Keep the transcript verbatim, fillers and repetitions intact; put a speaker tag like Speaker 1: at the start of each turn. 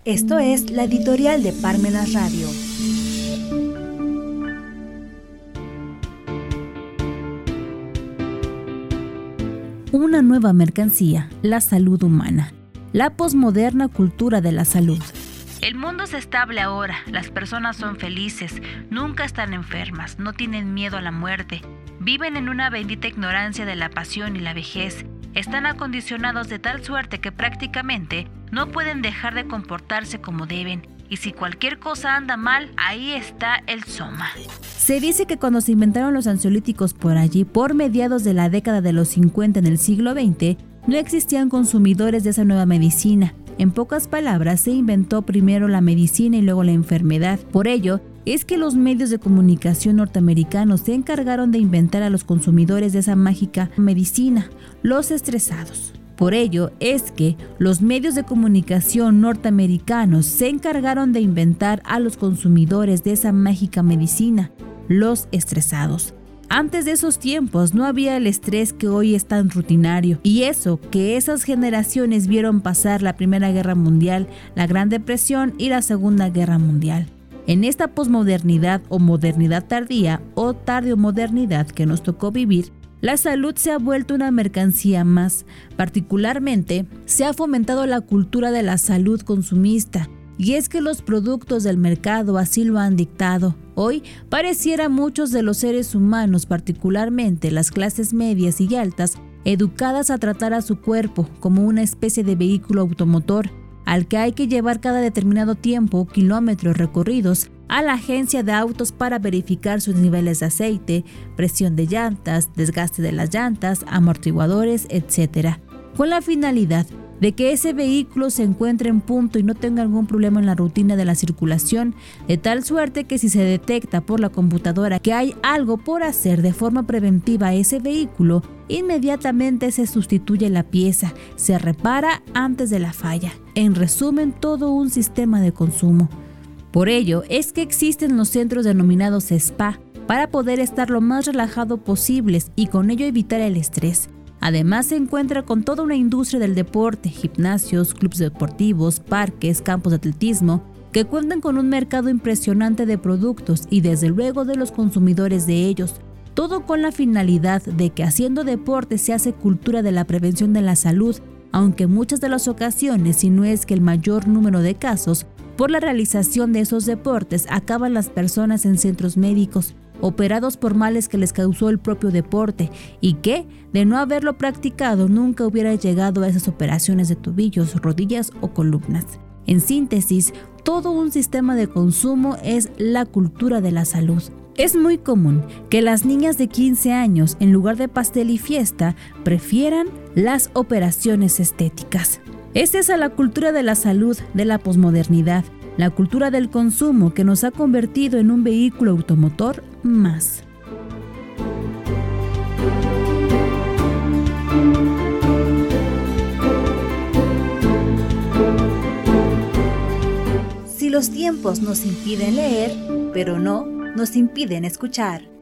Speaker 1: Esto es la editorial de Parmenas Radio. Una nueva mercancía, la salud humana. La posmoderna cultura de la salud. El mundo es estable ahora, las personas son felices, nunca están enfermas, no tienen miedo a la muerte, viven en una bendita ignorancia de la pasión y la vejez, están acondicionados de tal suerte que prácticamente no pueden dejar de comportarse como deben, y si cualquier cosa anda mal, ahí está el soma. Se dice que cuando se inventaron los ansiolíticos por allí, por mediados de la década de los cincuenta en el siglo veinte, no existían consumidores de esa nueva medicina. En pocas palabras, se inventó primero la medicina y luego la enfermedad. Por ello, es que los medios de comunicación norteamericanos se encargaron de inventar a los consumidores de esa mágica medicina, los estresados. Por ello es que los medios de comunicación norteamericanos se encargaron de inventar a los consumidores de esa mágica medicina, los estresados. Antes de esos tiempos no había el estrés que hoy es tan rutinario, y eso que esas generaciones vieron pasar la Primera Guerra Mundial, la Gran Depresión y la Segunda Guerra Mundial. En esta posmodernidad o modernidad tardía o tardiomodernidad que nos tocó vivir, la salud se ha vuelto una mercancía más. Particularmente, se ha fomentado la cultura de la salud consumista, y es que los productos del mercado así lo han dictado. Hoy, pareciera muchos de los seres humanos, particularmente las clases medias y altas, educadas a tratar a su cuerpo como una especie de vehículo automotor, al que hay que llevar cada determinado tiempo o kilómetros recorridos a la agencia de autos para verificar sus niveles de aceite, presión de llantas, desgaste de las llantas, amortiguadores, etcétera, con la finalidad de que ese vehículo se encuentre en punto y no tenga algún problema en la rutina de la circulación, de tal suerte que si se detecta por la computadora que hay algo por hacer de forma preventiva a ese vehículo, inmediatamente se sustituye la pieza, se repara antes de la falla. En resumen, todo un sistema de consumo. Por ello es que existen los centros denominados spa para poder estar lo más relajado posibles y con ello evitar el estrés. Además, se encuentra con toda una industria del deporte, gimnasios, clubes deportivos, parques, campos de atletismo, que cuentan con un mercado impresionante de productos y desde luego de los consumidores de ellos. Todo con la finalidad de que haciendo deporte se hace cultura de la prevención de la salud, aunque muchas de las ocasiones, si no es que el mayor número de casos, por la realización de esos deportes acaban las personas en centros médicos, operados por males que les causó el propio deporte y que, de no haberlo practicado, nunca hubiera llegado a esas operaciones de tobillos, rodillas o columnas. En síntesis, todo un sistema de consumo es la cultura de la salud. Es muy común que las niñas de quince años, en lugar de pastel y fiesta, prefieran las operaciones estéticas. Es esa la cultura de la salud de la posmodernidad, la cultura del consumo que nos ha convertido en un vehículo automotor más. Si los tiempos nos impiden leer, pero no nos impiden escuchar.